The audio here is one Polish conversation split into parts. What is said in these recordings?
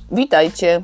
Witajcie.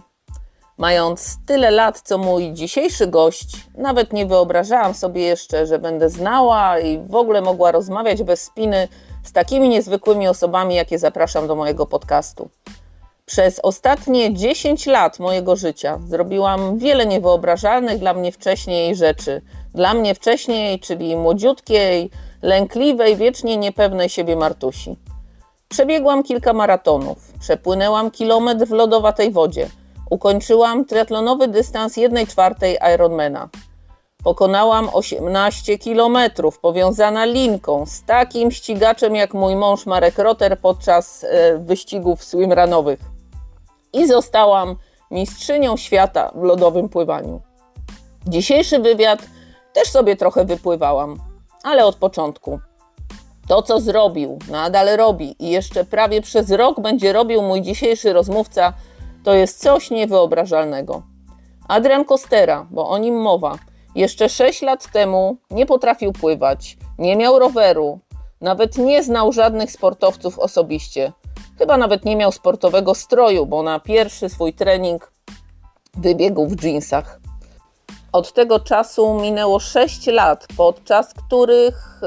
Mając tyle lat, co mój dzisiejszy gość, nawet nie wyobrażałam sobie jeszcze, że będę znała i w ogóle mogła rozmawiać bez spiny z takimi niezwykłymi osobami, jakie zapraszam do mojego podcastu. Przez ostatnie 10 lat mojego życia zrobiłam wiele niewyobrażalnych dla mnie wcześniej rzeczy. Dla mnie wcześniej, czyli młodziutkiej, lękliwej, wiecznie niepewnej siebie Martusi. Przebiegłam kilka maratonów, przepłynęłam kilometr w lodowatej wodzie, ukończyłam triatlonowy dystans 1/4 Ironmana. Pokonałam 18 kilometrów powiązana linką z takim ścigaczem jak mój mąż Marek Rotter podczas wyścigów swimrunowych. I zostałam mistrzynią świata w lodowym pływaniu. Dzisiejszy wywiad też sobie trochę wypływałam, ale od początku. To, co zrobił, nadal robi i jeszcze prawie przez rok będzie robił mój dzisiejszy rozmówca, to jest coś niewyobrażalnego. Adrian Costera, bo o nim mowa, jeszcze 6 lat temu nie potrafił pływać, nie miał roweru, nawet nie znał żadnych sportowców osobiście. Chyba nawet nie miał sportowego stroju, bo na pierwszy swój trening wybiegł w dżinsach. Od tego czasu minęło 6 lat, podczas których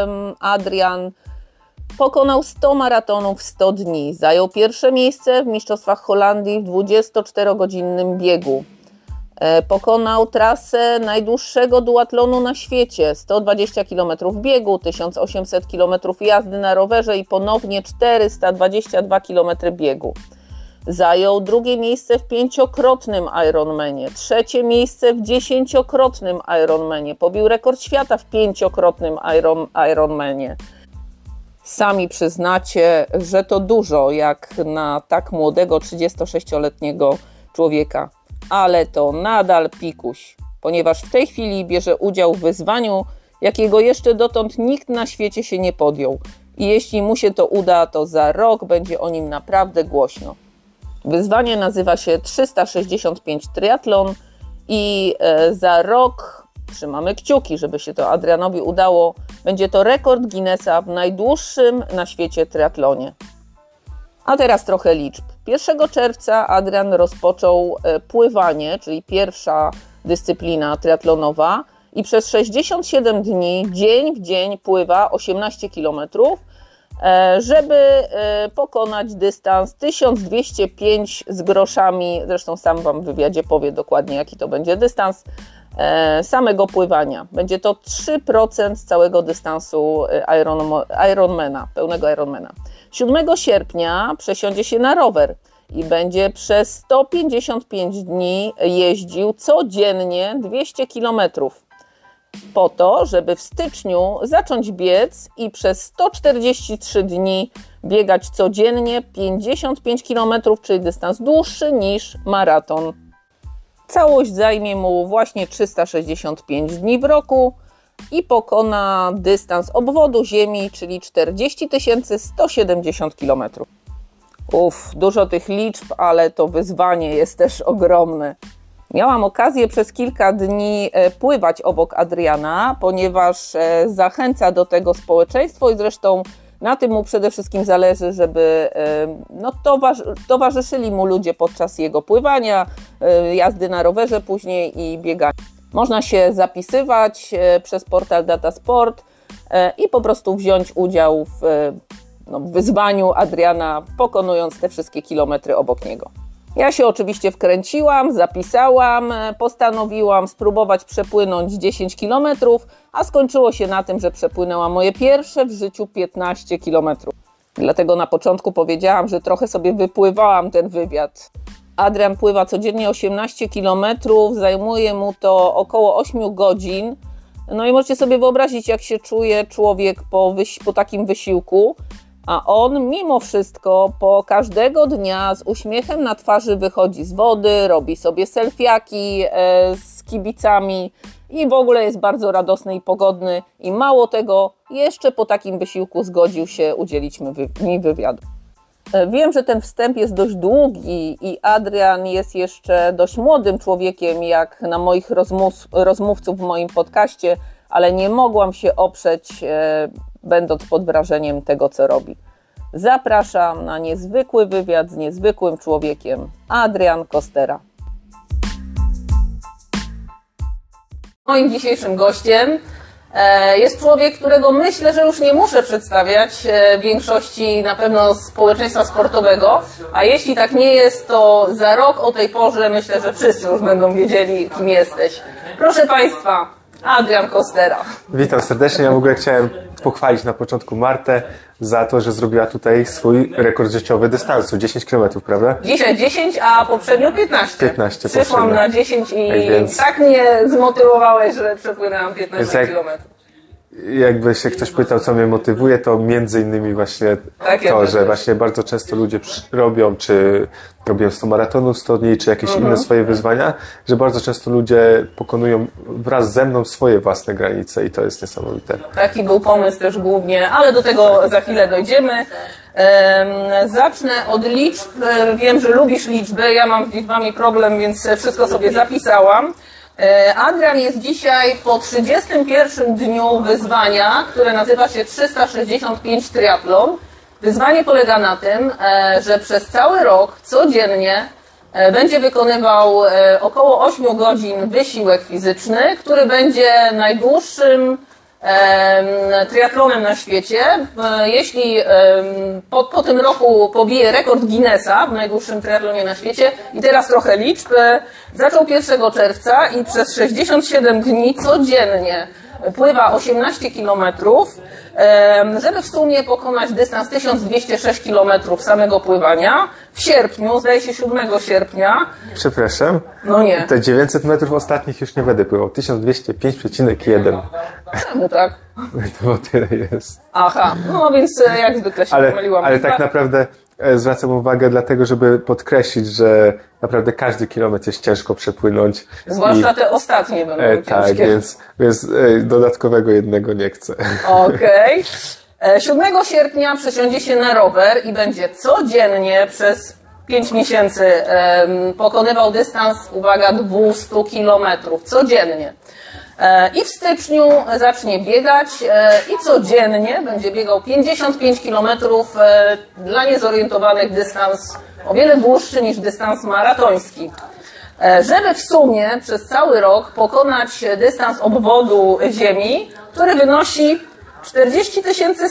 Adrian pokonał 100 maratonów w 100 dni. Zajął pierwsze miejsce w Mistrzostwach Holandii w 24-godzinnym biegu. Pokonał trasę najdłuższego duatlonu na świecie, 120 km biegu, 1800 km jazdy na rowerze i ponownie 422 km biegu. Zajął drugie miejsce w 5-krotnym Ironmanie, trzecie miejsce w 10-krotnym Ironmanie, pobił rekord świata w 5-krotnym Ironmanie. Sami przyznacie, że to dużo jak na tak młodego 36-letniego człowieka, ale to nadal pikuś, ponieważ w tej chwili bierze udział w wyzwaniu, jakiego jeszcze dotąd nikt na świecie się nie podjął. I jeśli mu się to uda, to za rok będzie o nim naprawdę głośno. Wyzwanie nazywa się 365 triatlon i za rok, trzymamy kciuki, żeby się to Adrianowi udało, będzie to rekord Guinnessa w najdłuższym na świecie triatlonie. A teraz trochę liczb. 1 czerwca Adrian rozpoczął pływanie, czyli pierwsza dyscyplina triatlonowa i przez 67 dni, dzień w dzień pływa 18 km, żeby pokonać dystans 1205 z groszami. Zresztą sam Wam w wywiadzie powie dokładnie, jaki to będzie dystans samego pływania. Będzie to 3% z całego dystansu Ironmana, pełnego Ironmana. 7 sierpnia przesiądzie się na rower i będzie przez 155 dni jeździł codziennie 200 km. Po to, żeby w styczniu zacząć biec i przez 143 dni biegać codziennie 55 km, czyli dystans dłuższy niż maraton. Całość zajmie mu właśnie 365 dni w roku i pokona dystans obwodu Ziemi, czyli 40 170 km. Dużo tych liczb, ale to wyzwanie jest też ogromne. Miałam okazję przez kilka dni pływać obok Adriana, ponieważ zachęca do tego społeczeństwo i zresztą na tym mu przede wszystkim zależy, żeby towarzyszyli mu ludzie podczas jego pływania, jazdy na rowerze później i biegania. Można się zapisywać przez portal Datasport i po prostu wziąć udział w wyzwaniu Adriana, pokonując te wszystkie kilometry obok niego. Ja się oczywiście wkręciłam, zapisałam, postanowiłam spróbować przepłynąć 10 km, a skończyło się na tym, że przepłynęłam moje pierwsze w życiu 15 km. Dlatego na początku powiedziałam, że trochę sobie wypływałam ten wywiad. Adrian pływa codziennie 18 km, zajmuje mu to około 8 godzin. No i możecie sobie wyobrazić, jak się czuje człowiek po takim wysiłku. A on mimo wszystko każdego dnia z uśmiechem na twarzy wychodzi z wody, robi sobie selfiaki z kibicami i w ogóle jest bardzo radosny i pogodny i mało tego, jeszcze po takim wysiłku zgodził się udzielić mi wywiadu. Wiem, że ten wstęp jest dość długi i Adrian jest jeszcze dość młodym człowiekiem, jak na moich rozmówców w moim podcaście, ale nie mogłam się oprzeć, będąc pod wrażeniem tego, co robi. zapraszam na niezwykły wywiad z niezwykłym człowiekiem, Adrian Kostera. Moim dzisiejszym gościem jest człowiek, którego myślę, że już nie muszę przedstawiać większości na pewno społeczeństwa sportowego, a jeśli tak nie jest, to za rok o tej porze myślę, że wszyscy już będą wiedzieli, kim jesteś. Proszę Państwa, Adrian Kostera. Witam serdecznie. Ja w ogóle chciałem pochwalić na początku Martę za to, że zrobiła tutaj swój rekord życiowy dystansu, 10 km, prawda? Dzisiaj 10, a poprzednio 15. 15 Przyszłam poprzednio. na 10 i Więc- tak mnie zmotywowałeś, że przepłynęłam 15 jak- km. Jakby się ktoś pytał, co mnie motywuje, to między innymi właśnie Takie to, rzeczy. że właśnie bardzo często ludzie robią 100 maratonów 100 dni, czy jakieś inne swoje wyzwania, że bardzo często ludzie pokonują wraz ze mną swoje własne granice i to jest niesamowite. Taki był pomysł też głównie, ale do tego za chwilę dojdziemy. Zacznę od liczb. Wiem, że lubisz liczby, ja mam z liczbami problem, więc wszystko sobie zapisałam. Adrian jest dzisiaj po 31 dniu wyzwania, które nazywa się 365 triatlon. Wyzwanie polega na tym, że przez cały rok codziennie będzie wykonywał około 8 godzin wysiłek fizyczny, który będzie najdłuższym triatlonem na świecie. Jeśli po tym roku pobije rekord Guinnessa w najdłuższym triatlonie na świecie, i teraz trochę liczb, zaczął 1 czerwca i przez 67 dni codziennie pływa 18 km, żeby w sumie pokonać dystans 1206 km samego pływania. W sierpniu, zdaje się 7 sierpnia, Przepraszam, no nie, te 900 metrów ostatnich już nie będę pływał, 1205,1. czemu tak? To tyle jest. Aha, no więc jak zwykle się pomyliłam. Ale tak naprawdę zwracam uwagę dlatego, żeby podkreślić, że naprawdę każdy kilometr jest ciężko przepłynąć. Zwłaszcza te ostatnie będą Tak, ciężkie. więc dodatkowego jednego nie chcę. Okej. 7 sierpnia przesiądzie się na rower i będzie codziennie przez 5 miesięcy pokonywał dystans, uwaga, 200 kilometrów. Codziennie. I w styczniu zacznie biegać i codziennie będzie biegał 55 km, dla niezorientowanych dystans o wiele dłuższy niż dystans maratoński. Żeby w sumie przez cały rok pokonać dystans obwodu Ziemi, który wynosi 40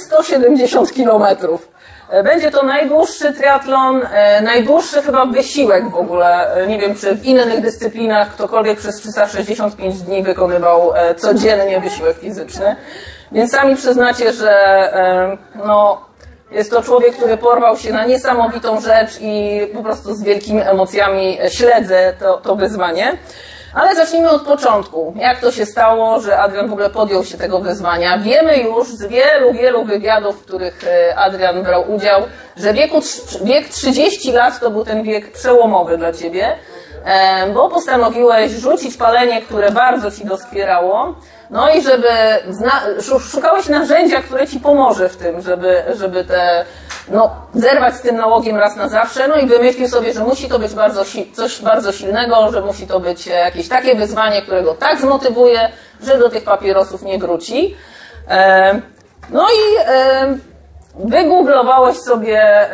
170 km. Będzie to najdłuższy triatlon, najdłuższy chyba wysiłek w ogóle. Nie wiem, czy w innych dyscyplinach ktokolwiek przez 365 dni wykonywał codziennie wysiłek fizyczny. Więc sami przyznacie, że no, jest to człowiek, który porwał się na niesamowitą rzecz i po prostu z wielkimi emocjami śledzę to wyzwanie. Ale zacznijmy od początku. Jak to się stało, że Adrian w ogóle podjął się tego wyzwania? Wiemy już z wielu wywiadów, w których Adrian brał udział, że wiek 30 lat to był ten wiek przełomowy dla Ciebie, bo postanowiłeś rzucić palenie, które bardzo Ci doskwierało, no i żeby szukałeś narzędzia, które Ci pomoże w tym, żeby zerwać z tym nałogiem raz na zawsze, no i wymyślił sobie, że musi to być coś bardzo silnego, że musi to być jakieś takie wyzwanie, które go tak zmotywuje, że do tych papierosów nie wróci. No i wygooglowałeś sobie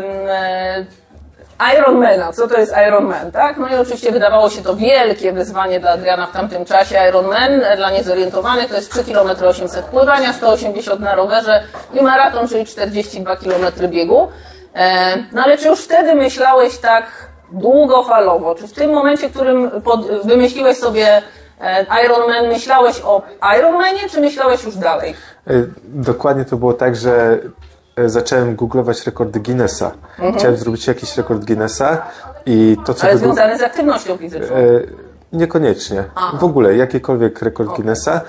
Ironmana. Co to jest Ironman, tak? No i oczywiście wydawało się to wielkie wyzwanie dla Adriana w tamtym czasie. Ironman dla niezorientowanych to jest 3 km 800 pływania, 180 na rowerze i maraton, czyli 42 km biegu. No ale czy już wtedy myślałeś tak długofalowo? Czy w tym momencie, w którym wymyśliłeś sobie Ironman, myślałeś o Ironmanie, czy myślałeś już dalej? Dokładnie to było tak, że zacząłem googlować rekordy Guinnessa. Chciałem zrobić jakiś rekord Guinnessa i to, co... Ale związany z aktywnością fizyczną? Niekoniecznie. W ogóle jakikolwiek rekord Guinnessa,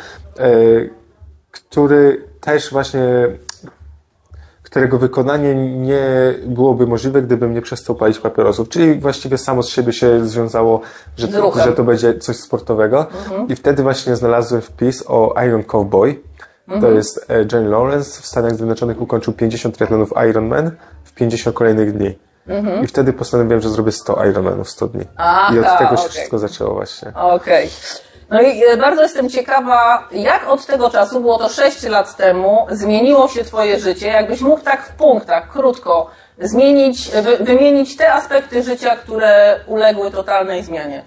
który też właśnie... którego wykonanie nie byłoby możliwe, gdybym nie przestał palić papierosów. Czyli właściwie samo z siebie się związało, że to będzie coś sportowego. I wtedy właśnie znalazłem wpis o Iron Cowboy. To jest John Lawrence. W Stanach Zjednoczonych ukończył 50 triatlonów Ironman w 50 kolejnych dni. I wtedy postanowiłem, że zrobię 100 Ironmanów w 100 dni. I od tego się wszystko zaczęło właśnie. Okej. No i bardzo jestem ciekawa, jak od tego czasu, było to 6 lat temu, zmieniło się Twoje życie? Jakbyś mógł tak w punktach, krótko, wymienić te aspekty życia, które uległy totalnej zmianie.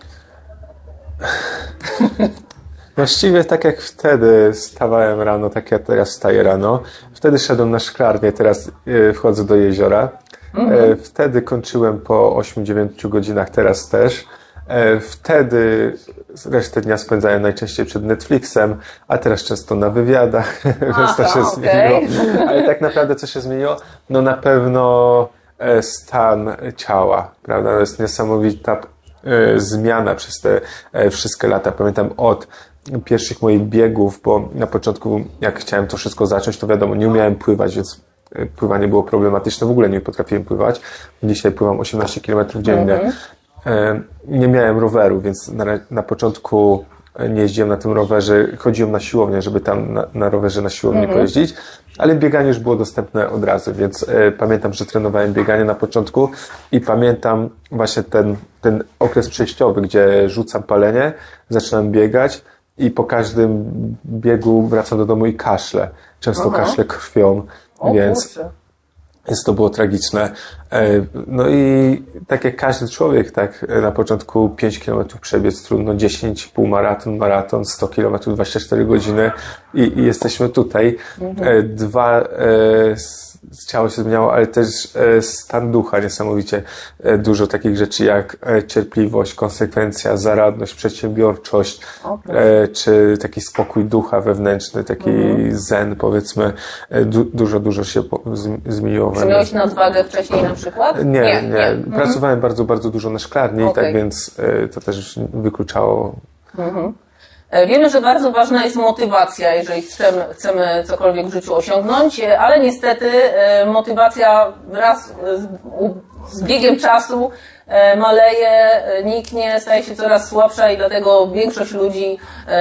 Właściwie tak jak wtedy stawałem rano, tak jak teraz wstaję rano. Wtedy szedłem na szklarnię, teraz wchodzę do jeziora. Wtedy kończyłem po 8-9 godzinach, teraz też. Wtedy resztę dnia spędzałem najczęściej przed Netflixem, a teraz często na wywiadach, więc to się zmieniło. Ale tak naprawdę co się zmieniło? No na pewno stan ciała, prawda? To jest niesamowita zmiana przez te wszystkie lata. Pamiętam od pierwszych moich biegów, bo na początku jak chciałem to wszystko zacząć, to wiadomo, nie umiałem pływać, więc pływanie było problematyczne, w ogóle nie potrafiłem pływać. Dzisiaj pływam 18 km dziennie. Nie miałem roweru, więc na początku nie jeździłem na tym rowerze, chodziłem na siłownię, żeby tam na rowerze na siłownię pojeździć, ale bieganie już było dostępne od razu, więc pamiętam, że trenowałem bieganie na początku i pamiętam właśnie ten okres przejściowy, gdzie rzucam palenie, zaczynam biegać i po każdym biegu wracam do domu i kaszlę. Często kaszlę krwią, więc to było tragiczne. No i tak jak każdy człowiek, tak na początku 5 km przebiec trudno, 10, półmaraton, maraton, 100 km, 24 godziny i jesteśmy tutaj. Ciało się zmieniało, ale też stan ducha niesamowicie. Dużo takich rzeczy jak cierpliwość, konsekwencja, zaradność, przedsiębiorczość, czy taki spokój ducha wewnętrzny, taki zen, powiedzmy. Dużo się zmieniło. Czy miałeś nadwagę wcześniej na przykład? Nie. Pracowałem bardzo, bardzo dużo na szklarni, tak więc to też wykluczało. Wiemy, że bardzo ważna jest motywacja, jeżeli chcemy cokolwiek w życiu osiągnąć, ale niestety motywacja wraz z biegiem czasu maleje, niknie, staje się coraz słabsza i dlatego większość ludzi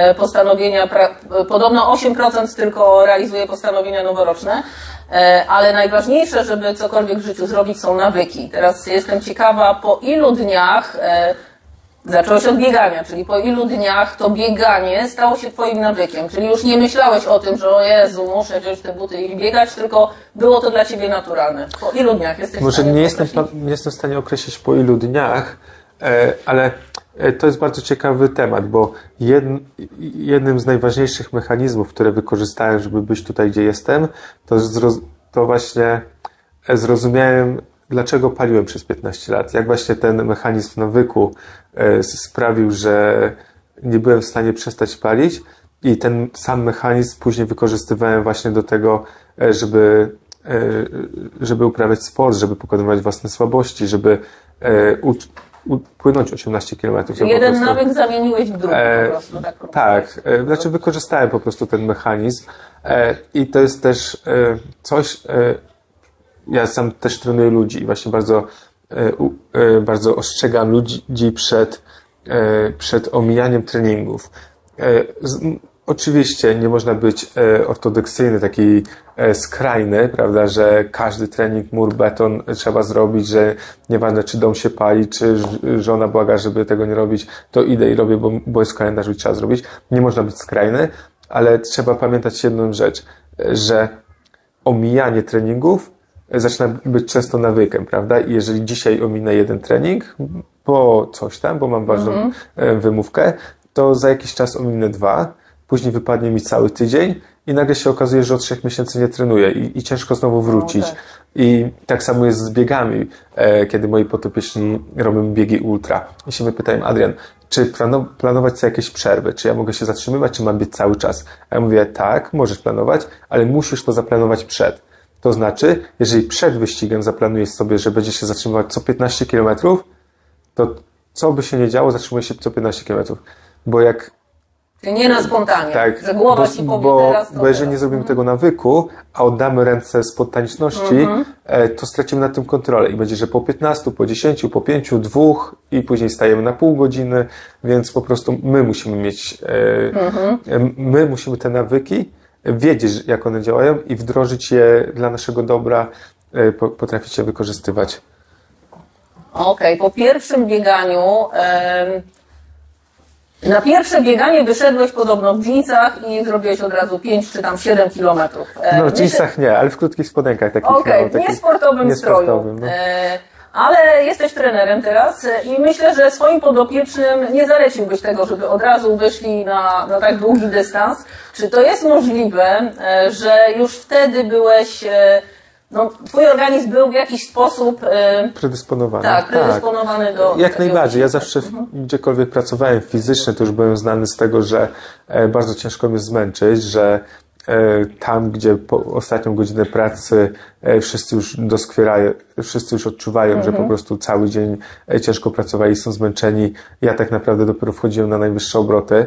podobno 8% tylko realizuje postanowienia noworoczne. Ale najważniejsze, żeby cokolwiek w życiu zrobić, są nawyki. Teraz jestem ciekawa, po ilu dniach zacząłeś od biegania, czyli po ilu dniach to bieganie stało się Twoim nawykiem, czyli już nie myślałeś o tym, że o Jezu, muszę wziąć te buty i biegać, tylko było to dla Ciebie naturalne. Po ilu dniach jesteś Może nie jestem w stanie określić po ilu dniach, ale to jest bardzo ciekawy temat, bo jednym z najważniejszych mechanizmów, które wykorzystałem, żeby być tutaj, gdzie jestem, to właśnie zrozumiałem, dlaczego paliłem przez 15 lat. Jak właśnie ten mechanizm nawyku sprawił, że nie byłem w stanie przestać palić i ten sam mechanizm później wykorzystywałem właśnie do tego, żeby uprawiać sport, żeby pokonywać własne słabości, żeby płynąć 18 km. Jeden nawyk zamieniłeś w drugi po prostu. Tak, znaczy wykorzystałem po prostu ten mechanizm i to jest też coś, ja sam też trenuję ludzi i właśnie bardzo ostrzegam ludzi przed omijaniem treningów. Oczywiście nie można być ortodoksyjny, taki skrajny, prawda, że każdy trening mur, beton trzeba zrobić, że nieważne czy dom się pali, czy żona błaga, żeby tego nie robić, to idę i robię, bo jest kalendarz i trzeba zrobić. Nie można być skrajny, ale trzeba pamiętać jedną rzecz, że omijanie treningów zaczyna być często nawykiem, prawda? I jeżeli dzisiaj ominę jeden trening, bo coś tam, bo mam ważną wymówkę, to za jakiś czas ominę 2, później wypadnie mi cały tydzień i nagle się okazuje, że od 3 miesięcy nie trenuję i ciężko znowu wrócić. I tak samo jest z biegami, kiedy moi podopieczni robią biegi ultra. I się mnie pytają, Adrian, czy planować sobie jakieś przerwy? Czy ja mogę się zatrzymywać, czy mam biec cały czas? A ja mówię, tak, możesz planować, ale musisz to zaplanować przed. To znaczy, jeżeli przed wyścigiem zaplanujesz sobie, że będziesz się zatrzymywać co 15 km, to co by się nie działo, zatrzymujesz się co 15 km. Bo jak... Nie na spontanie, tak, że głowa ci powie teraz. Bo jeżeli nie zrobimy tego nawyku, a oddamy ręce spontaniczności, to stracimy nad tym kontrolę i będzie, że po 15, po 10, po 5, 2 i później stajemy na pół godziny, więc po prostu my musimy mieć, my musimy te nawyki wiedzieć, jak one działają i wdrożyć je dla naszego dobra, potrafić je wykorzystywać. Okej, po pierwszym bieganiu Na pierwsze bieganie wyszedłeś podobno w dżinsach i zrobiłeś od razu 5 czy tam 7 kilometrów. No w dżinsach nie, ale w krótkich spodenkach takich. Okej, w niesportowym stroju. No. Ale jesteś trenerem teraz i myślę, że swoim podopiecznym nie zaleciłbyś tego, żeby od razu wyszli na tak długi dystans. Czy to jest możliwe, że już wtedy byłeś, no, twój organizm był w jakiś sposób predysponowany. Tak, predysponowany do... Jak najbardziej. Ja zawsze gdziekolwiek pracowałem fizycznie, to już byłem znany z tego, że bardzo ciężko mnie zmęczyć, że tam, gdzie po ostatnią godzinę pracy wszyscy już doskwierają, wszyscy już odczuwają, że po prostu cały dzień ciężko pracowali, są zmęczeni. Ja tak naprawdę dopiero wchodziłem na najwyższe obroty.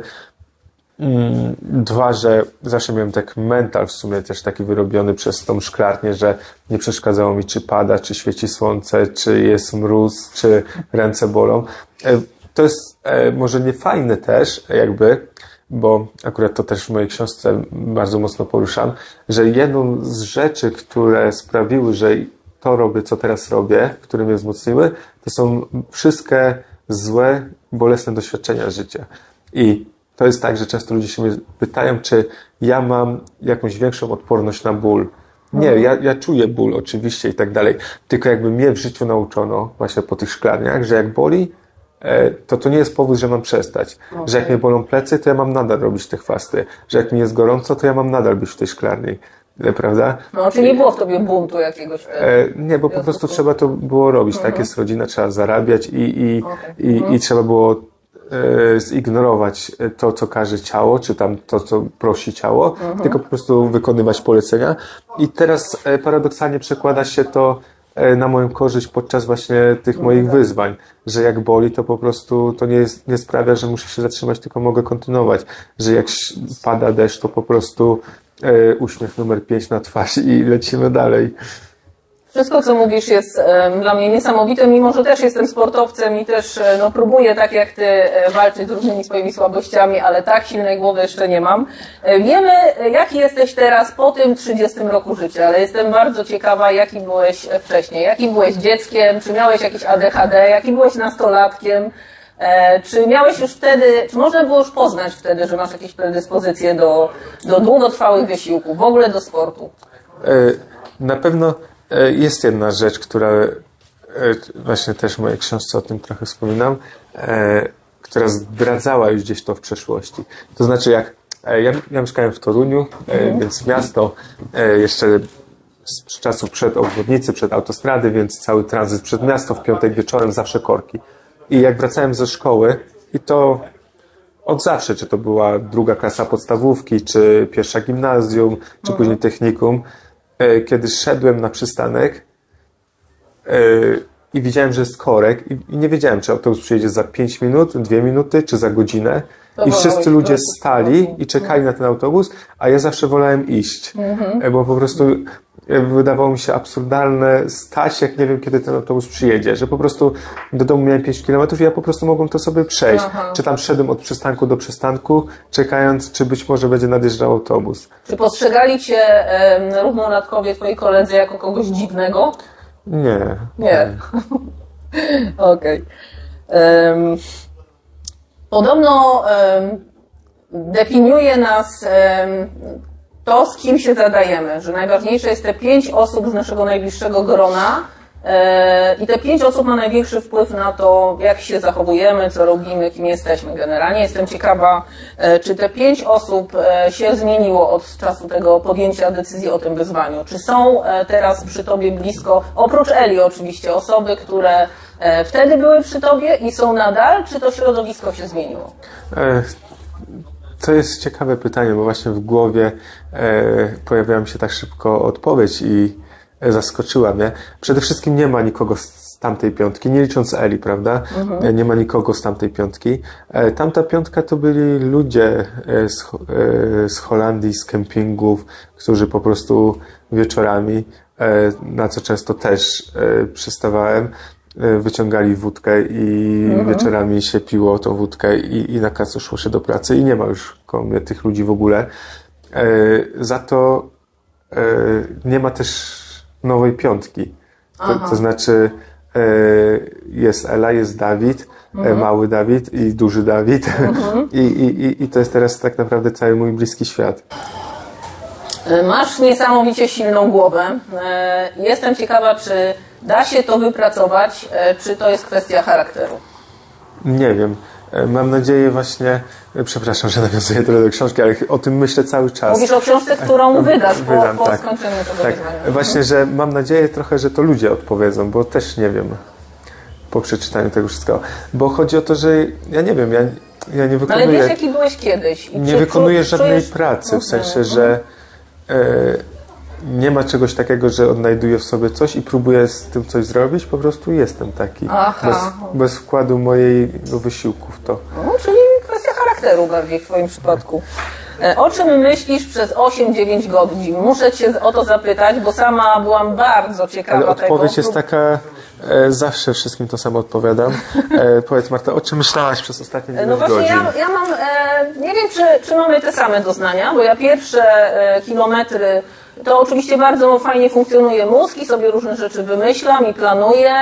Dwa, że zawsze miałem tak mental w sumie też taki wyrobiony przez tą szklarnię, że nie przeszkadzało mi, czy pada, czy świeci słońce, czy jest mróz, czy ręce bolą. To jest może nie fajne też jakby, bo akurat to też w mojej książce bardzo mocno poruszam, że jedną z rzeczy, które sprawiły, że to robię, co teraz robię, które mnie wzmocniły, to są wszystkie złe, bolesne doświadczenia życia. I to jest tak, że często ludzie się mnie pytają, czy ja mam jakąś większą odporność na ból. Nie, ja czuję ból oczywiście i tak dalej, tylko jakby mnie w życiu nauczono właśnie po tych szklarniach, że jak boli, to nie jest powód, że mam przestać. Okay. Że jak mnie bolą plecy, to ja mam nadal robić te chwasty. Że jak mi jest gorąco, to ja mam nadal być w tej szklarni. Prawda? No, czyli nie było w tobie buntu jakiegoś? Nie, bo po prostu trzeba to było robić. Tak jest rodzina, trzeba zarabiać i trzeba było zignorować to, co każe ciało, czy tam to, co prosi ciało, tylko po prostu wykonywać polecenia. I teraz paradoksalnie przekłada się to na moją korzyść podczas właśnie tych moich wyzwań, że jak boli, to po prostu to nie sprawia, że muszę się zatrzymać, tylko mogę kontynuować, że jak pada deszcz, to po prostu uśmiech numer 5 na twarz i lecimy dalej. Wszystko, co mówisz, jest dla mnie niesamowite, mimo że też jestem sportowcem i też no, próbuję, tak jak ty, walczyć z różnymi swoimi słabościami, ale tak silnej głowy jeszcze nie mam. Wiemy, jaki jesteś teraz po tym 30 roku życia, ale jestem bardzo ciekawa, jaki byłeś wcześniej. Jaki byłeś dzieckiem, czy miałeś jakieś ADHD, jaki byłeś nastolatkiem, czy miałeś już wtedy, czy można było już poznać wtedy, że masz jakieś predyspozycje do długotrwałych wysiłków, w ogóle do sportu? Na pewno jest jedna rzecz, która właśnie też w mojej książce o tym trochę wspominam, która zdradzała już gdzieś to w przeszłości. To znaczy, jak ja mieszkałem w Toruniu, więc miasto jeszcze z czasów przed obwodnicy, przed autostrady, więc cały tranzyt przed miasto w piątek wieczorem zawsze korki. I jak wracałem ze szkoły, i to od zawsze, czy to była druga klasa podstawówki, czy pierwsza gimnazjum, czy później technikum, kiedy szedłem na przystanek i widziałem, że jest korek i nie wiedziałem, czy autobus przyjedzie za 5 minut, 2 minuty, czy za godzinę. I wszyscy ludzie stali i czekali na ten autobus, a ja zawsze wolałem iść, bo po prostu wydawało mi się absurdalne stać, jak nie wiem, kiedy ten autobus przyjedzie, że po prostu do domu miałem 5 kilometrów i ja po prostu mogłem to sobie przejść. Czy tam szedłem od przystanku do przystanku, czekając, czy być może będzie nadjeżdżał autobus. Czy postrzegali cię równolatkowie, twoi koledzy, jako kogoś dziwnego? Nie. Nie. Okej. Podobno definiuje nas to, z kim się zadajemy, że najważniejsze jest te 5 osób z naszego najbliższego grona i te 5 osób ma największy wpływ na to, jak się zachowujemy, co robimy, kim jesteśmy generalnie. Jestem ciekawa, czy te 5 osób się zmieniło od czasu tego podjęcia decyzji o tym wyzwaniu. Czy są teraz przy tobie blisko, oprócz Eli oczywiście, osoby, które wtedy były przy tobie i są nadal, czy to środowisko się zmieniło? To jest ciekawe pytanie, bo właśnie w głowie pojawiła mi się tak szybko odpowiedź i zaskoczyła mnie. Przede wszystkim nie ma nikogo z tamtej piątki, nie licząc Eli, prawda? Nie ma nikogo z tamtej piątki. Tamta piątka to byli ludzie z Holandii, z kempingów, którzy po prostu wieczorami, na co często też przystawałem, wyciągali wódkę i wieczorami się piło tą wódkę i na kacu szło się do pracy i nie ma już koło mnie tych ludzi w ogóle. Za to nie ma też nowej piątki. To znaczy jest Ela, jest Dawid, mały Dawid i duży Dawid. I to jest teraz tak naprawdę cały mój bliski świat. Masz niesamowicie silną głowę. Jestem ciekawa, czy da się to wypracować, czy to jest kwestia charakteru? Nie wiem. Mam nadzieję właśnie, przepraszam, że nawiązuję trochę do książki, ale o tym myślę cały czas. Mówisz o książce, którą wydasz po tak. skończeniu tego wyzwania. Właśnie, że mam nadzieję trochę, że to ludzie odpowiedzą, bo też nie wiem po przeczytaniu tego wszystkiego. Bo chodzi o to, że ja nie wiem, ja nie wykonuję... Ale wiesz, jaki byłeś kiedyś. I nie wykonuję żadnej pracy, w sensie, że nie ma czegoś takiego, że odnajduję w sobie coś i próbuję z tym coś zrobić, po prostu jestem taki. Bez wkładu mojego wysiłku w to. No, czyli kwestia charakteru bardziej w twoim przypadku. O czym myślisz przez 8-9 godzin? Muszę cię o to zapytać, bo sama byłam bardzo ciekawa tego. Ale odpowiedź tego. jest taka, zawsze wszystkim to samo odpowiadam. Powiedz, Marta, o czym myślałaś przez ostatnie 9 godzin? No właśnie ja mam, nie wiem czy mamy te same doznania, bo ja pierwsze kilometry to oczywiście bardzo fajnie funkcjonuje mózg i sobie różne rzeczy wymyślam i planuję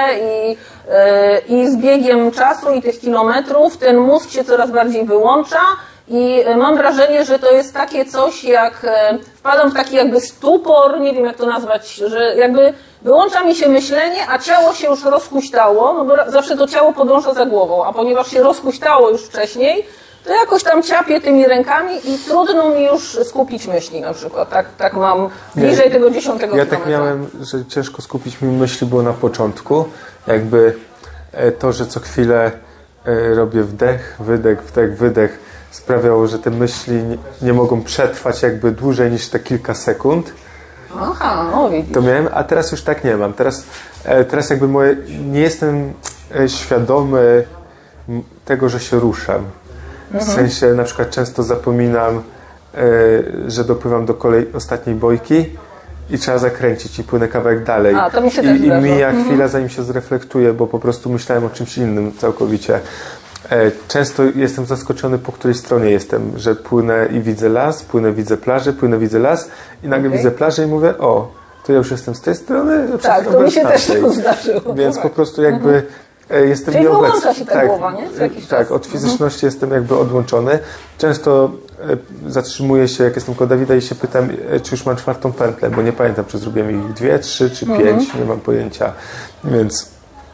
i z biegiem czasu i tych kilometrów ten mózg się coraz bardziej wyłącza i mam wrażenie, że to jest takie coś jak, wpadam w taki jakby stupor, nie wiem jak to nazwać, że jakby wyłącza mi się myślenie, a ciało się już rozhuśtało, no bo zawsze to ciało podąża za głową, a ponieważ się rozhuśtało już wcześniej, to jakoś tam ciapię tymi rękami i trudno mi już skupić myśli na przykład. Tak mam bliżej tego 10 kilometra. Ja tak miałem, że ciężko skupić mi myśli było na początku. Jakby to, że co chwilę robię wdech, wydech sprawiało, że te myśli nie mogą przetrwać jakby dłużej niż te kilka sekund. Aha, no widzisz. To miałem, a teraz już tak nie mam. Teraz jakby nie jestem świadomy tego, że się ruszam. W sensie na przykład często zapominam, że dopływam do ostatniej bojki i trzeba zakręcić i płynę kawałek dalej. A, to mi się też I mija chwila, zanim się zreflektuję, bo po prostu myślałem o czymś innym całkowicie. Często jestem zaskoczony, po której stronie jestem, że płynę i widzę las, widzę plażę, widzę las i nagle widzę plażę i mówię, o, to ja już jestem z tej strony. Tak, to mi się też to zdarzyło. Więc po prostu jakby jestem czyli nieobecny. Wyłącza się ta głowa, nie? Tak, od fizyczności jestem jakby odłączony. Często zatrzymuję się, jak jestem koło Dawida i się pytam, czy już mam 4. pętlę, bo nie pamiętam, czy zrobiłem ich 2, 3 czy 5, nie mam pojęcia. Więc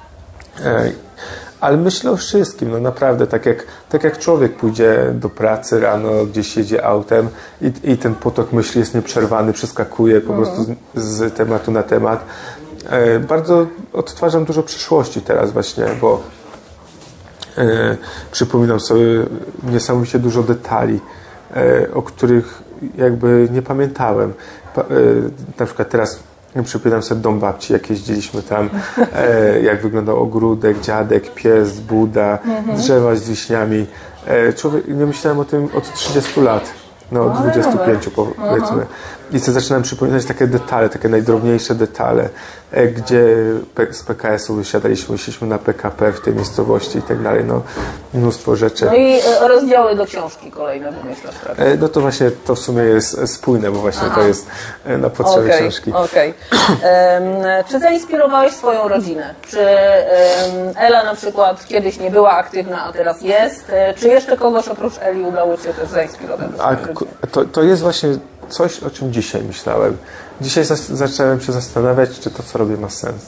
ale myślę o wszystkim, no naprawdę, tak jak człowiek pójdzie do pracy rano, gdzieś jedzie autem i ten potok myśli jest nieprzerwany, przeskakuje po prostu z tematu na temat. Bardzo odtwarzam dużo przyszłości teraz właśnie, bo przypominam sobie niesamowicie dużo detali, o których jakby nie pamiętałem. Na przykład teraz przypominam sobie dom babci, jak jeździliśmy tam, jak wyglądał ogródek, dziadek, pies, Buda, drzewa z wiśniami. Nie myślałem o tym od 30 lat. No, od 25 powiedzmy. I sobie zaczynam przypominać takie detale, takie najdrobniejsze detale, gdzie z PKS-u wysiadaliśmy, szliśmy na PKP w tej miejscowości i tak dalej. No, mnóstwo rzeczy. No i rozdziały do książki kolejne wymyślasz, prawda? No to właśnie to w sumie jest spójne, bo właśnie to jest na potrzeby książki. Okej. Czy zainspirowałeś swoją rodzinę? Czy Ela na przykład kiedyś nie była aktywna, a teraz jest? Czy jeszcze kogoś oprócz Eli udało Cię też zainspirować? To jest właśnie coś, o czym dzisiaj myślałem. Dzisiaj zacząłem się zastanawiać, czy to, co robię, ma sens.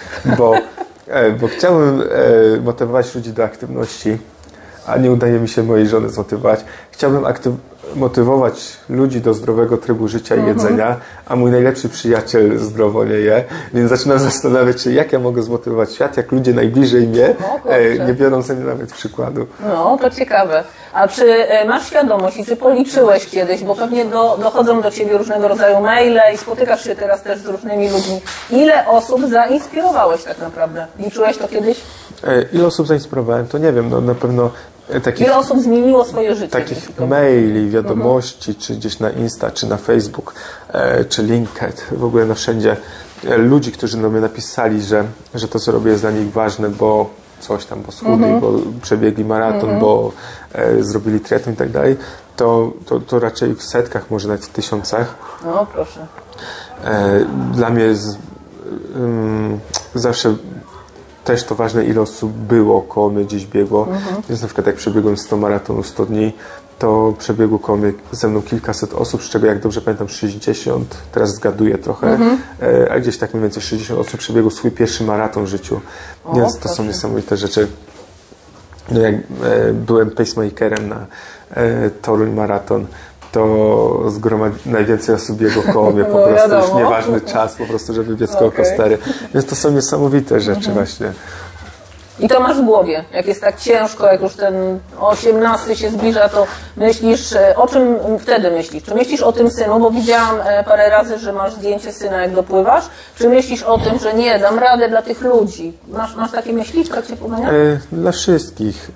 Bo chciałbym motywować ludzi do aktywności, a nie udaje mi się mojej żony zmotywować. Chciałbym motywować ludzi do zdrowego trybu życia i jedzenia, a mój najlepszy przyjaciel zdrowo nie je, więc zaczynam zastanawiać się, jak ja mogę zmotywować świat, jak ludzie najbliżej mnie nie biorą ze mnie nawet przykładu. No, to ciekawe. A czy masz świadomość i czy policzyłeś kiedyś, bo pewnie dochodzą do Ciebie różnego rodzaju maile i spotykasz się teraz też z różnymi ludźmi, ile osób zainspirowałeś tak naprawdę? Liczyłeś to kiedyś? Ile osób zainspirowałem, to nie wiem, no na pewno ile osób zmieniło swoje życie? Takich maili, wiadomości, czy gdzieś na Insta, czy na Facebook, czy LinkedIn, w ogóle na wszędzie. Ludzi, którzy do mnie napisali, że to, co robię, jest dla nich ważne, bo coś tam, bo schudli, bo przebiegli maraton, bo zrobili triatlon i tak dalej, to raczej w setkach, może nawet w tysiącach. No, proszę. Dla mnie jest zawsze też to ważne, ile osób było koło mnie, gdzieś biegło. Więc na przykład jak przebiegłem 100 maratonów 100 dni, to przebiegło koło mnie ze mną kilkaset osób, z czego jak dobrze pamiętam 60, teraz zgaduję trochę, a gdzieś tak mniej więcej 60 osób przebiegło swój pierwszy maraton w życiu. Więc to są niesamowite rzeczy. No jak byłem pacemakerem na Toruń Maraton, to najwięcej osób biegło koło mnie, po prostu już nieważny czas, po prostu, żeby biec koło Kostery. Więc to są niesamowite rzeczy właśnie. I to masz w głowie, jak jest tak ciężko, jak już ten 18 się zbliża, to myślisz, o czym wtedy myślisz? Czy myślisz o tym synu, bo widziałam parę razy, że masz zdjęcie syna, jak dopływasz, czy myślisz o tym, że nie, dam radę dla tych ludzi? Masz takie myśli, czy tak się pomyliło? Dla wszystkich,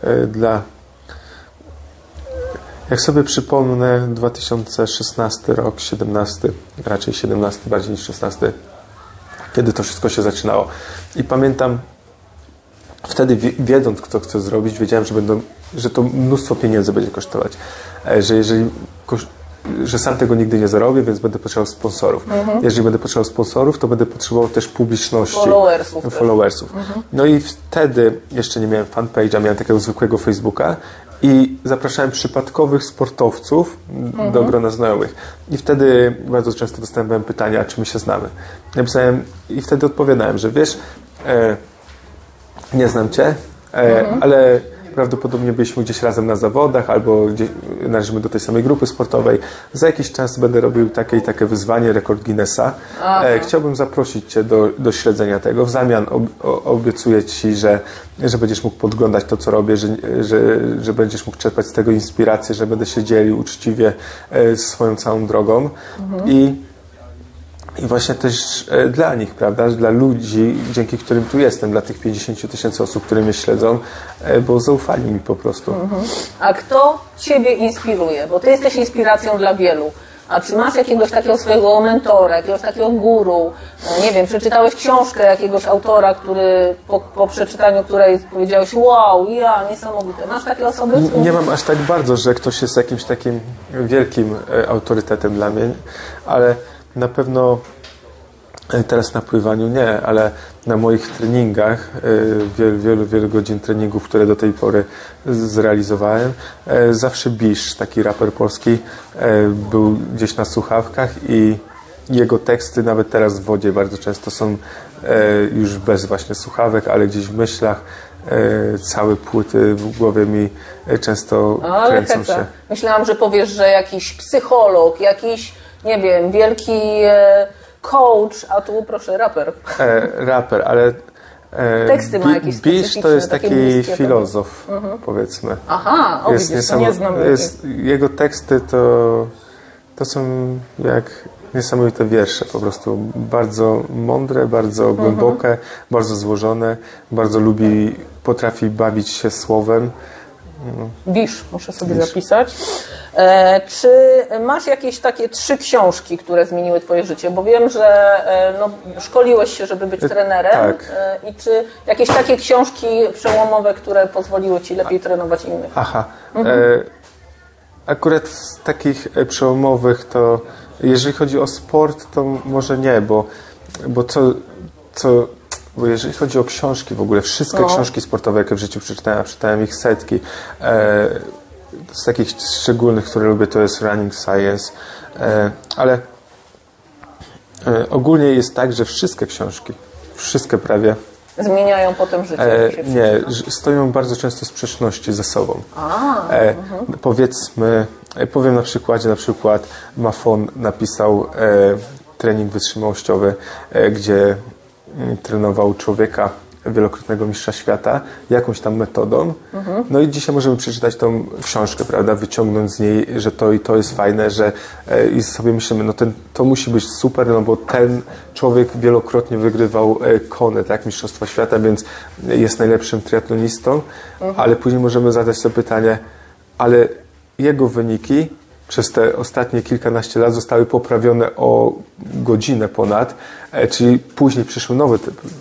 jak sobie przypomnę 2016 rok, 17, raczej 17 bardziej niż 16, kiedy to wszystko się zaczynało. I pamiętam, wtedy wiedząc, kto chce zrobić, wiedziałem, że to mnóstwo pieniędzy będzie kosztować. Że sam tego nigdy nie zarobię, więc będę potrzebował sponsorów. Jeżeli będę potrzebował sponsorów, to będę potrzebował też publiczności. Followersów. No i wtedy jeszcze nie miałem fanpage'a, miałem takiego zwykłego Facebooka i zapraszałem przypadkowych sportowców do grona znajomych. I wtedy bardzo często dostałem pytania, czy my się znamy. Napisałem i wtedy odpowiadałem, że wiesz, nie znam cię, ale prawdopodobnie byliśmy gdzieś razem na zawodach albo gdzieś należymy do tej samej grupy sportowej. Za jakiś czas będę robił takie i takie wyzwanie, rekord Guinnessa. Chciałbym zaprosić cię do śledzenia tego. W zamian obiecuję ci, że będziesz mógł podglądać to, co robię, że będziesz mógł czerpać z tego inspirację, że będę się dzielił uczciwie swoją całą drogą. I właśnie też dla nich, prawda, dla ludzi, dzięki którym tu jestem, dla tych 50 000 osób, które mnie śledzą, bo zaufali mi po prostu. A kto ciebie inspiruje? Bo ty jesteś inspiracją dla wielu. A czy masz jakiegoś takiego swojego mentora, jakiegoś takiego guru? Nie wiem, przeczytałeś książkę jakiegoś autora, który po przeczytaniu której powiedziałeś, wow, niesamowite. Masz takie osoby? Nie mam aż tak bardzo, że ktoś jest jakimś takim wielkim autorytetem dla mnie, ale na pewno teraz na pływaniu nie, ale na moich treningach, wielu godzin treningów, które do tej pory zrealizowałem, zawsze Bisz, taki raper polski, był gdzieś na słuchawkach i jego teksty nawet teraz w wodzie bardzo często są już bez właśnie słuchawek, ale gdzieś w myślach. Całe płyty w głowie mi często kręcą się. Myślałam, że powiesz, że jakiś psycholog, jakiś, nie wiem, wielki coach, a tu proszę, raper. Raper, ale teksty ma jakieś specyficzne. Bisz to jest taki filozof, powiedzmy. Aha, widzisz, to nie znam. Jego teksty to są jak niesamowite wiersze, po prostu bardzo mądre, bardzo głębokie, bardzo złożone, bardzo potrafi bawić się słowem. Bisz, muszę sobie zapisać. Czy masz jakieś takie 3 książki, które zmieniły twoje życie? Bo wiem, że szkoliłeś się, żeby być trenerem. Tak. I czy jakieś takie książki przełomowe, które pozwoliły ci lepiej trenować innych? Akurat z takich przełomowych to jeżeli chodzi o sport, to może nie, bo jeżeli chodzi o książki w ogóle, wszystkie książki sportowe, jakie w życiu przeczytałem, a przeczytałem ich setki, z takich szczególnych, które lubię, to jest Running Science, ale ogólnie jest tak, że wszystkie książki, wszystkie prawie, zmieniają potem życie. Nie, stoją bardzo często w sprzeczności ze sobą. Powiedzmy, powiem na przykład Maffon napisał trening wytrzymałościowy, gdzie trenował człowieka, wielokrotnego mistrza świata, jakąś tam metodą. No i dzisiaj możemy przeczytać tą książkę, prawda, wyciągnąć z niej, że to i to jest fajne, i sobie myślimy, no to musi być super, no bo ten człowiek wielokrotnie wygrywał Kone, tak, mistrzostwa świata, więc jest najlepszym triatlonistą, ale później możemy zadać sobie pytanie, ale jego wyniki przez te ostatnie kilkanaście lat zostały poprawione o godzinę ponad, czyli później przyszły nowe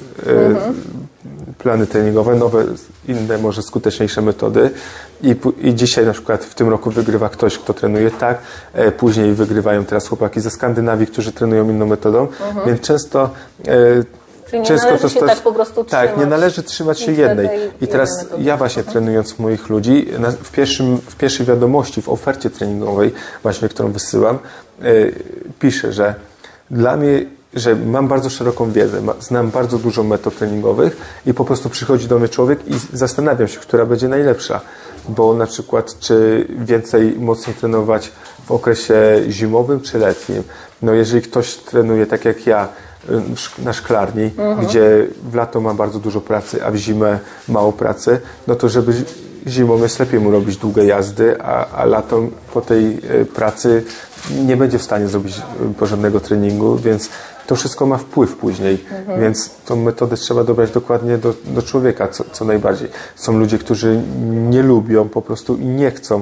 plany treningowe, nowe, inne, może skuteczniejsze metody i dzisiaj na przykład w tym roku wygrywa ktoś, kto trenuje tak, później wygrywają teraz chłopaki ze Skandynawii, którzy trenują inną metodą, więc często Czyli nie należy się tak po prostu trzymać. Tak, nie należy trzymać się jednej. I teraz ja właśnie trenując moich ludzi, w pierwszej wiadomości, w ofercie treningowej, właśnie którą wysyłam, piszę, że dla mnie, że mam bardzo szeroką wiedzę, znam bardzo dużo metod treningowych i po prostu przychodzi do mnie człowiek i zastanawiam się, która będzie najlepsza. Bo na przykład, czy więcej, mocniej trenować w okresie zimowym czy letnim. No jeżeli ktoś trenuje tak jak ja, na szklarni, gdzie w lato ma bardzo dużo pracy, a w zimę mało pracy, no to żeby zimą jest lepiej mu robić długie jazdy, a lato po tej pracy nie będzie w stanie zrobić porządnego treningu, więc to wszystko ma wpływ później, więc tą metodę trzeba dobrać dokładnie do człowieka, co najbardziej. Są ludzie, którzy nie lubią po prostu i nie chcą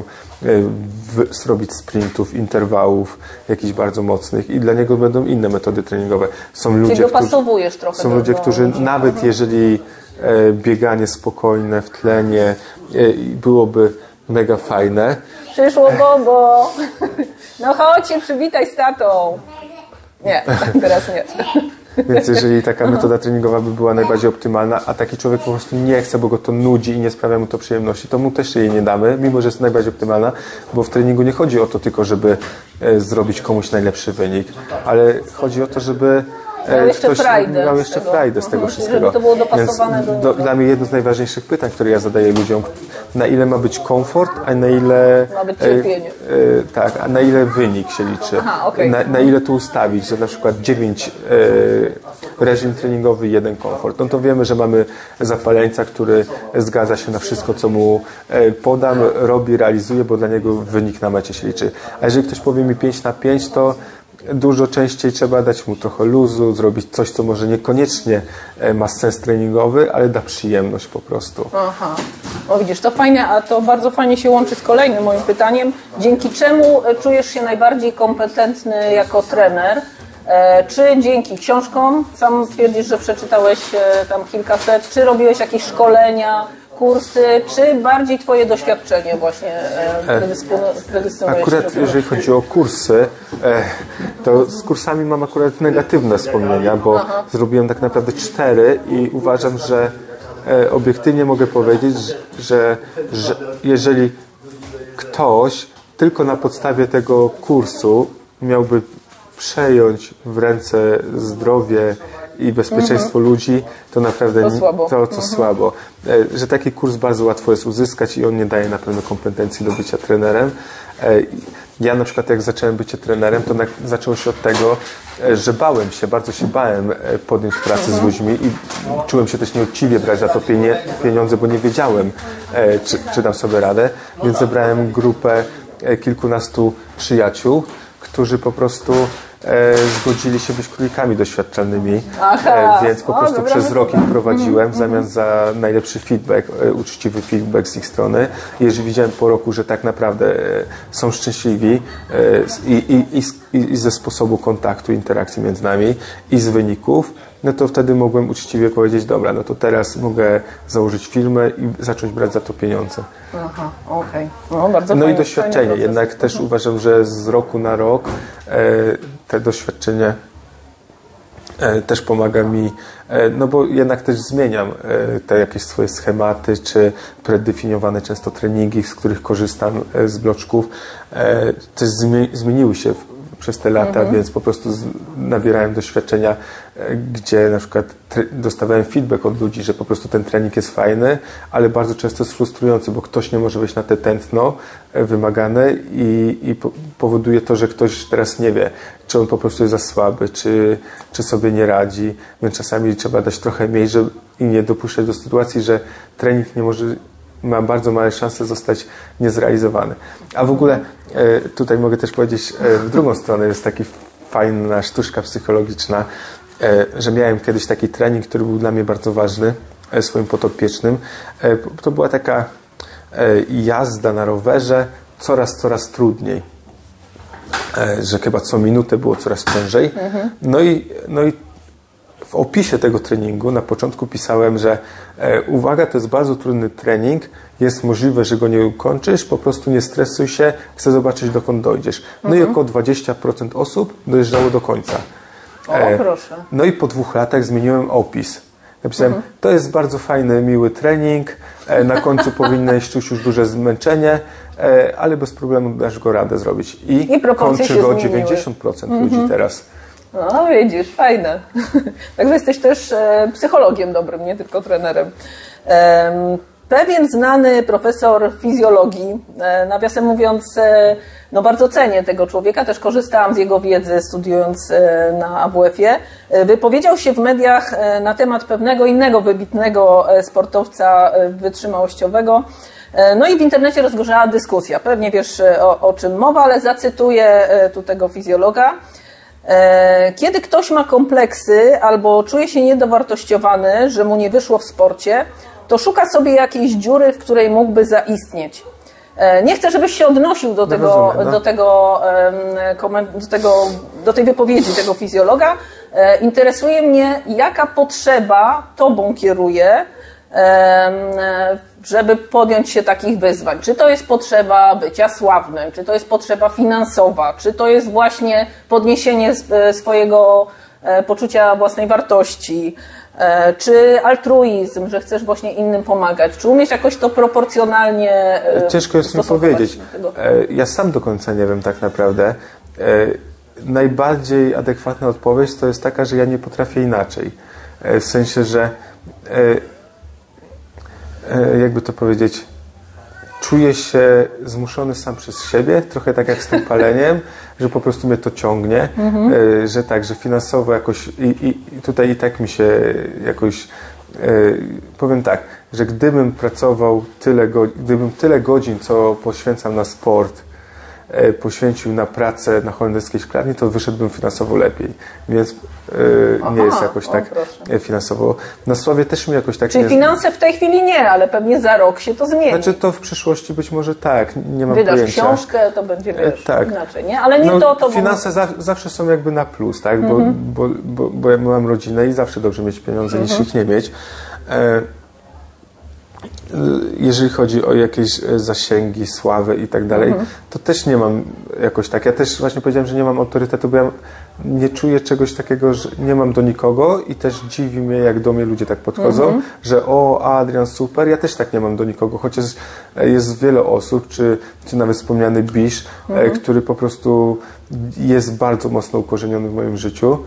zrobić sprintów, interwałów jakichś bardzo mocnych i dla niego będą inne metody treningowe. Są ludzie, dopasowujesz trochę. Są ludzie, którzy nawet jeżeli bieganie spokojne w tlenie byłoby mega fajne. Przyszło Bobo! No chodź się przywitaj z tatą. Nie, teraz nie. Więc jeżeli taka metoda treningowa by była najbardziej optymalna, a taki człowiek po prostu nie chce, bo go to nudzi i nie sprawia mu to przyjemności, to mu też jej nie damy, mimo że jest najbardziej optymalna, bo w treningu nie chodzi o to tylko, żeby zrobić komuś najlepszy wynik, ale chodzi o to, żeby ktoś miał jeszcze frajdę z tego wszystkiego. Żeby to było dopasowane dla mnie jedno z najważniejszych pytań, które ja zadaję ludziom, na ile ma być komfort, a na ile ma być cierpienie. Tak, a na ile wynik się liczy. Aha, okay. Na ile tu ustawić, że na przykład 9 reżim treningowy, 1 komfort. No to wiemy, że mamy zapaleńca, który zgadza się na wszystko, co mu podam, robi, realizuje, bo dla niego wynik na mecie się liczy. A jeżeli ktoś powie mi 5/5, to dużo częściej trzeba dać mu trochę luzu, zrobić coś, co może niekoniecznie ma sens treningowy, ale da przyjemność po prostu. Aha. O widzisz, to fajne, a to bardzo fajnie się łączy z kolejnym moim pytaniem. Dzięki czemu czujesz się najbardziej kompetentny jako trener? Czy dzięki książkom? Sam twierdzisz, że przeczytałeś tam kilkaset. Czy robiłeś jakieś szkolenia, kursy, czy bardziej twoje doświadczenie właśnie predysponuje? Akurat jeżeli chodzi o kursy, to z kursami mam akurat negatywne wspomnienia, bo zrobiłem tak naprawdę 4 i uważam, że obiektywnie mogę powiedzieć, że jeżeli ktoś tylko na podstawie tego kursu miałby przejąć w ręce zdrowie i bezpieczeństwo ludzi, to naprawdę to słabo. Że taki kurs bardzo łatwo jest uzyskać i on nie daje na pewno kompetencji do bycia trenerem. Ja na przykład jak zacząłem bycie trenerem, to zaczęło się od tego, że bardzo się bałem podjąć pracę z ludźmi i czułem się też nieuczciwie brać za to pieniądze, bo nie wiedziałem, czy dam sobie radę, więc zebrałem grupę kilkunastu przyjaciół, którzy po prostu zgodzili się być królikami doświadczalnymi, więc po prostu przez rok ich prowadziłem w zamian za najlepszy feedback, uczciwy feedback z ich strony. Jeżeli widziałem po roku, że tak naprawdę są szczęśliwi i ze sposobu kontaktu, interakcji między nami i z wyników, no to wtedy mogłem uczciwie powiedzieć, dobra, no to teraz mogę założyć firmę i zacząć brać za to pieniądze. Aha, okej. No, bardzo no fajnie, i doświadczenie. Jednak też uważam, że z roku na rok te doświadczenie też pomaga mi, no bo jednak też zmieniam te jakieś swoje schematy, czy predefiniowane często treningi, z których korzystam z bloczków, też zmieniły się przez te lata, więc po prostu nabierałem doświadczenia, gdzie na przykład dostawałem feedback od ludzi, że po prostu ten trening jest fajny, ale bardzo często jest frustrujący, bo ktoś nie może wejść na te tętno wymagane i powoduje to, że ktoś teraz nie wie, czy on po prostu jest za słaby, czy sobie nie radzi, więc czasami trzeba dać trochę mniej i nie dopuszczać do sytuacji, że trening ma bardzo małe szanse zostać niezrealizowany. A w ogóle tutaj mogę też powiedzieć, w drugą stronę jest taka fajna sztuczka psychologiczna, że miałem kiedyś taki trening, który był dla mnie bardzo ważny, swoim podopiecznym. To była taka jazda na rowerze coraz trudniej. Że chyba co minutę było coraz ciężej. No i w opisie tego treningu na początku pisałem, że uwaga, to jest bardzo trudny trening, jest możliwe, że go nie ukończysz, po prostu nie stresuj się, chcę zobaczyć, dokąd dojdziesz. No i około 20% osób dojeżdżało do końca. Proszę. No i po 2 latach zmieniłem opis. Napisałem, to jest bardzo fajny, miły trening, na końcu powinnaś czuć już duże zmęczenie, ale bez problemu dasz go radę zrobić. I kończy go 90% ludzi teraz. No widzisz, fajne. Także jesteś też psychologiem dobrym, nie tylko trenerem. Pewien znany profesor fizjologii, nawiasem mówiąc, no bardzo cenię tego człowieka, też korzystałam z jego wiedzy studiując na AWF-ie, wypowiedział się w mediach na temat pewnego innego wybitnego sportowca wytrzymałościowego. No i w internecie rozgorzała dyskusja. Pewnie wiesz o czym mowa, ale zacytuję tu tego fizjologa. Kiedy ktoś ma kompleksy albo czuje się niedowartościowany, że mu nie wyszło w sporcie, to szuka sobie jakiejś dziury, w której mógłby zaistnieć. Nie chcę, żebyś się odnosił do tej wypowiedzi tego fizjologa. Interesuje mnie, jaka potrzeba tobą kieruje, żeby podjąć się takich wyzwań. Czy to jest potrzeba bycia sławnym, czy to jest potrzeba finansowa, czy to jest właśnie podniesienie swojego poczucia własnej wartości, czy altruizm, że chcesz właśnie innym pomagać. Czy umiesz jakoś to proporcjonalnie Ciężko jest mi powiedzieć. Ja sam do końca nie wiem tak naprawdę. Najbardziej adekwatna odpowiedź to jest taka, że ja nie potrafię inaczej. W sensie, że jakby to powiedzieć, czuję się zmuszony sam przez siebie, trochę tak jak z tym paleniem, że po prostu mnie to ciągnie, że tak, że finansowo jakoś i tutaj i tak mi się jakoś, powiem tak, że gdybym pracował gdybym tyle godzin, co poświęcam na sport, poświęcił na pracę na holenderskiej szklarni, to wyszedłbym finansowo lepiej. Więc nie jest jakoś tak finansowo. Na Sławie też mi jakoś tak... Czyli finanse w tej chwili nie, ale pewnie za rok się to zmieni. Znaczy to w przyszłości być może tak, nie mam pojęcia. Wydasz książkę, to będzie tak. inaczej, nie? Ale nie to... Finanse zawsze są jakby na plus, tak? Bo ja mam rodzinę i zawsze dobrze mieć pieniądze niż ich nie mieć. Jeżeli chodzi o jakieś zasięgi, sławę i tak dalej, to też nie mam jakoś tak. Ja też właśnie powiedziałem, że nie mam autorytetu, bo ja nie czuję czegoś takiego, że nie mam do nikogo i też dziwi mnie, jak do mnie ludzie tak podchodzą, że Adrian, super, ja też tak nie mam do nikogo, chociaż jest wiele osób, czy nawet wspomniany Bisz, który po prostu jest bardzo mocno ukorzeniony w moim życiu,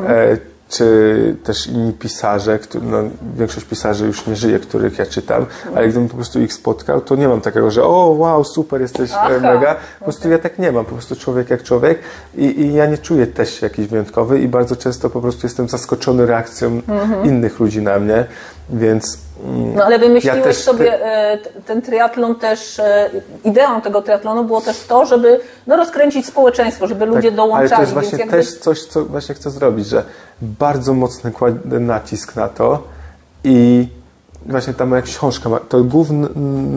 czy też inni pisarze, większość pisarzy już nie żyje, których ja czytam, ale gdybym po prostu ich spotkał, to nie mam takiego, że wow, super, jesteś mega. Po prostu ja tak nie mam, po prostu człowiek jak człowiek i ja nie czuję też się jakiś wyjątkowy i bardzo często po prostu jestem zaskoczony reakcją innych ludzi na mnie, więc... No ale wymyśliłeś sobie ten triatlon też, ideą tego triatlonu było też to, żeby rozkręcić społeczeństwo, żeby ludzie dołączali. Ale to jest właśnie też coś, co właśnie chcę zrobić, że bardzo mocno kładę nacisk na to i właśnie ta moja książka, to główny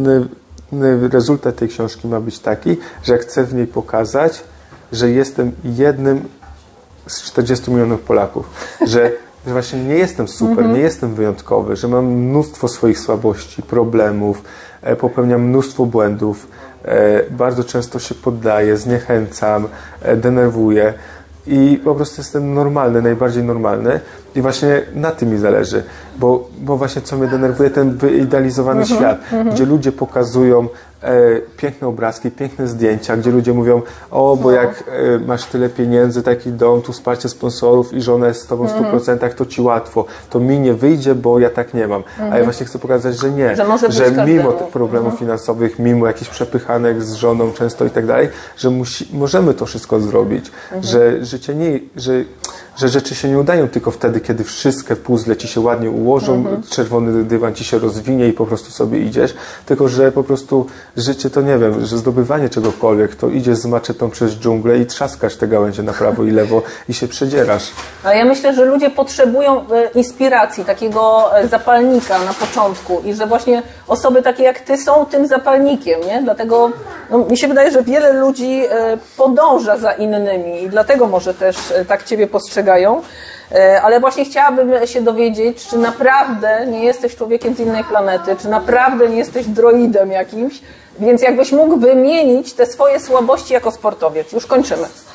rezultat tej książki ma być taki, że chcę w niej pokazać, że jestem jednym z 40 milionów Polaków, że właśnie nie jestem super, nie jestem wyjątkowy, że mam mnóstwo swoich słabości, problemów, popełniam mnóstwo błędów, bardzo często się poddaję, zniechęcam, denerwuję i po prostu jestem normalny, najbardziej normalny i właśnie na tym mi zależy, bo właśnie co mnie denerwuje, ten wyidealizowany świat, gdzie ludzie pokazują piękne obrazki, piękne zdjęcia, gdzie ludzie mówią, bo jak masz tyle pieniędzy, taki dom, tu wsparcie sponsorów i żona jest z tobą w 100%, to ci łatwo. To mi nie wyjdzie, bo ja tak nie mam. A ja właśnie chcę pokazać, że nie. Że mimo tych problemów finansowych, mimo jakichś przepychanek z żoną często i tak dalej, że możemy to wszystko zrobić. Że życie że rzeczy się nie udają tylko wtedy, kiedy wszystkie puzzle ci się ładnie ułożą, czerwony dywan ci się rozwinie i po prostu sobie idziesz, tylko że po prostu życie to nie wiem, że zdobywanie czegokolwiek, to idziesz z maczetą przez dżunglę i trzaskasz te gałęzie na prawo i lewo i się przedzierasz. A ja myślę, że ludzie potrzebują inspiracji, takiego zapalnika na początku i że właśnie osoby takie jak ty są tym zapalnikiem, nie? Dlatego mi się wydaje, że wiele ludzi podąża za innymi i dlatego może też tak ciebie postrzegają. Ale właśnie chciałabym się dowiedzieć, czy naprawdę nie jesteś człowiekiem z innej planety, czy naprawdę nie jesteś droidem jakimś, więc jakbyś mógł wymienić te swoje słabości jako sportowiec. Już kończymy.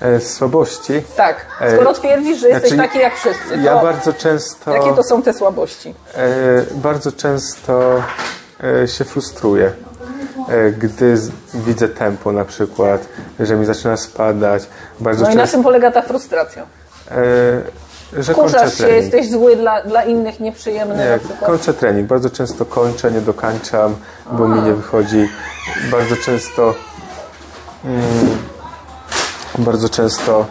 Słabości? Tak. Skoro twierdzisz, że jesteś taki jak wszyscy, to ja bardzo często... Jakie to są te słabości? Bardzo często się frustruję, gdy widzę tempo na przykład, że mi zaczyna spadać. Bardzo i na czym polega ta frustracja? Że Wkurzasz się, jesteś zły dla innych, nieprzyjemny na przykład? Kończę trening. Bardzo często kończę, nie dokańczam, bo mi nie wychodzi. Bardzo często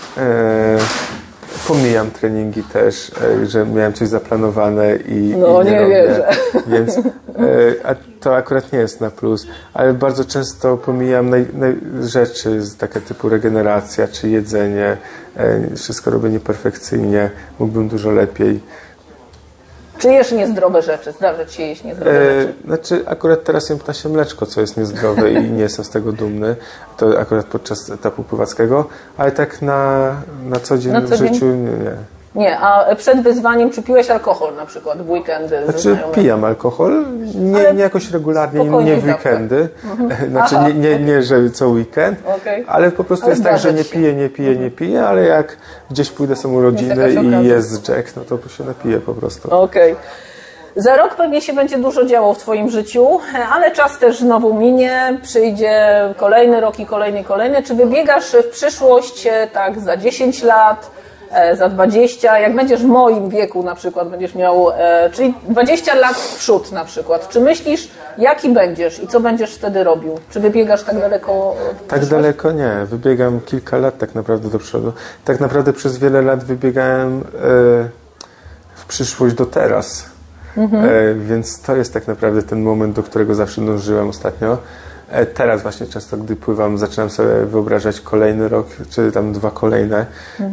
pomijam treningi też, że miałem coś zaplanowane i nie robię. Wierzę. Więc a to akurat nie jest na plus, ale bardzo często pomijam rzeczy takie typu regeneracja czy jedzenie. Wszystko robię nieperfekcyjnie, mógłbym dużo lepiej. Czy jesz niezdrowe rzeczy? Zdarza ci się jeść niezdrowe rzeczy? Znaczy akurat teraz jem ptasie mleczko, co jest niezdrowe i nie jestem z tego dumny. To akurat podczas etapu pływackiego, ale tak na co dzień w życiu nie. Nie, a przed wyzwaniem czy piłeś alkohol na przykład w weekendy? Znaczy pijam alkohol, nie jakoś regularnie, nie w weekendy. Znaczy nie, że co weekend, ale po prostu jest tak, że nie piję, ale jak gdzieś pójdę są urodziny i jest Jack, no to się napiję po prostu. Okej. Za rok pewnie się będzie dużo działo w twoim życiu, ale czas też znowu minie, przyjdzie kolejny rok i kolejny. Czy wybiegasz w przyszłość tak za 10 lat, za 20, jak będziesz w moim wieku na przykład, będziesz miał, czyli 20 lat w przód na przykład, czy myślisz, jaki będziesz i co będziesz wtedy robił? Czy wybiegasz tak daleko? Tak daleko nie, wybiegam kilka lat tak naprawdę do przodu. Tak naprawdę przez wiele lat wybiegałem w przyszłość do teraz, więc to jest tak naprawdę ten moment, do którego zawsze dążyłem ostatnio. Teraz właśnie często, gdy pływam, zaczynam sobie wyobrażać kolejny rok, czy tam 2 kolejne.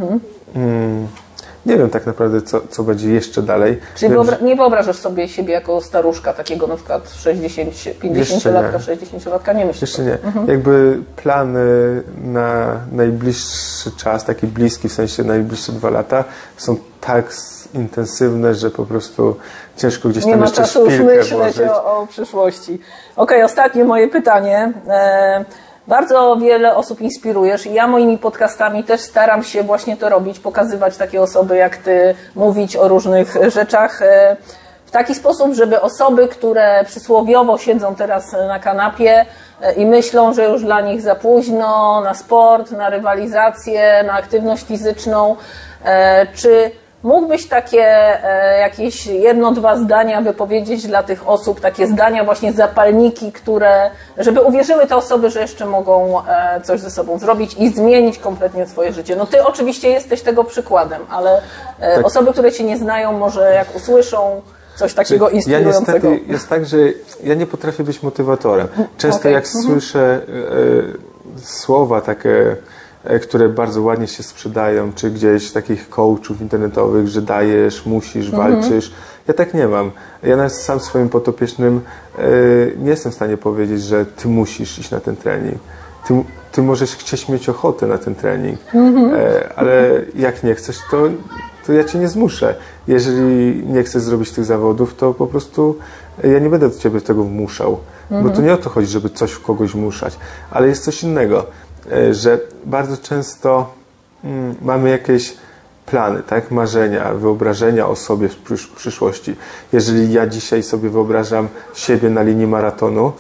Nie wiem tak naprawdę, co będzie jeszcze dalej. Czyli nie wyobrażasz sobie siebie jako staruszka, takiego na przykład 50-latka, 60-latka? Nie myślisz? Jeszcze nie. Jakby plany na najbliższy czas, taki bliski, w sensie najbliższe 2 lata, są tak intensywne, że po prostu ciężko gdzieś tam jeszcze szpilkę włożyć. Nie ma czasu już myśleć o przyszłości. Okej, ostatnie moje pytanie. Bardzo wiele osób inspirujesz i ja moimi podcastami też staram się właśnie to robić, pokazywać takie osoby jak ty, mówić o różnych rzeczach w taki sposób, żeby osoby, które przysłowiowo siedzą teraz na kanapie i myślą, że już dla nich za późno na sport, na rywalizację, na aktywność fizyczną, czy mógłbyś takie jakieś 1-2 zdania wypowiedzieć dla tych osób, takie zdania właśnie zapalniki, żeby uwierzyły te osoby, że jeszcze mogą coś ze sobą zrobić i zmienić kompletnie swoje życie. No ty oczywiście jesteś tego przykładem, ale tak. Osoby, które cię nie znają, może jak usłyszą coś takiego inspirującego. Ja niestety jest tak, że ja nie potrafię być motywatorem. Często jak słyszę słowa takie, które bardzo ładnie się sprzedają, czy gdzieś takich coachów internetowych, że dajesz, musisz, walczysz. Ja tak nie mam. Ja nawet sam swoim podopiecznym nie jestem w stanie powiedzieć, że ty musisz iść na ten trening. Ty możesz chcieć mieć ochotę na ten trening, ale jak nie chcesz, to ja cię nie zmuszę. Jeżeli nie chcesz zrobić tych zawodów, to po prostu ja nie będę do ciebie tego wmuszał. Bo to nie o to chodzi, żeby coś w kogoś zmuszać, ale jest coś innego, że bardzo często mamy jakieś plany, tak? Marzenia, wyobrażenia o sobie w przyszłości. Jeżeli ja dzisiaj sobie wyobrażam siebie na linii maratonu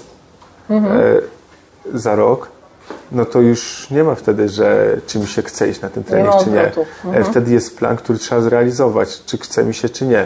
za rok, no to już nie ma wtedy, że czy mi się chce iść na ten trening, czy nie. Wtedy jest plan, który trzeba zrealizować, czy chce mi się, czy nie.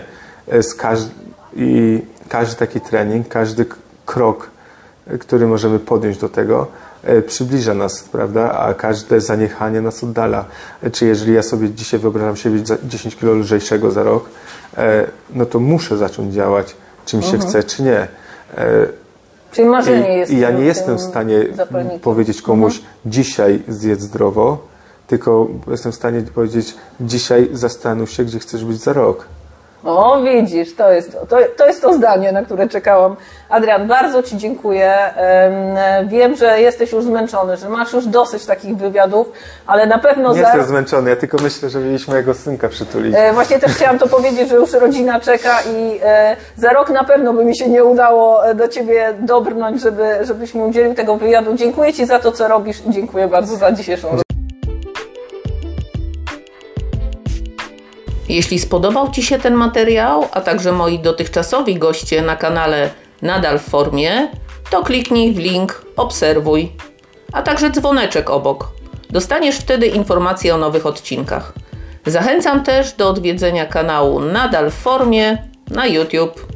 I każdy taki trening, każdy krok, który możemy podjąć do tego, przybliża nas, prawda? A każde zaniechanie nas oddala. Czy jeżeli ja sobie dzisiaj wyobrażam siebie 10 kg lżejszego za rok, no to muszę zacząć działać, czy mi się chce, czy nie. Czyli marzenie jest. I ja nie jestem w stanie powiedzieć komuś, dzisiaj zjedz zdrowo, tylko jestem w stanie powiedzieć, dzisiaj zastanów się, gdzie chcesz być za rok. O, widzisz, to jest to zdanie, na które czekałam. Adrian, bardzo ci dziękuję. Wiem, że jesteś już zmęczony, że masz już dosyć takich wywiadów, ale na pewno... Nie jestem zmęczony, ja tylko myślę, że mieliśmy mojego synka przytulić. Właśnie też chciałam to powiedzieć, że już rodzina czeka i za rok na pewno by mi się nie udało do ciebie dobrnąć, żebyś mi udzielił tego wywiadu. Dziękuję ci za to, co robisz i dziękuję bardzo za dzisiejszą rozmowę. Jeśli spodobał Ci się ten materiał, a także moi dotychczasowi goście na kanale Nadal w Formie, to kliknij w link obserwuj, a także dzwoneczek obok. Dostaniesz wtedy informacje o nowych odcinkach. Zachęcam też do odwiedzenia kanału Nadal w Formie na YouTube.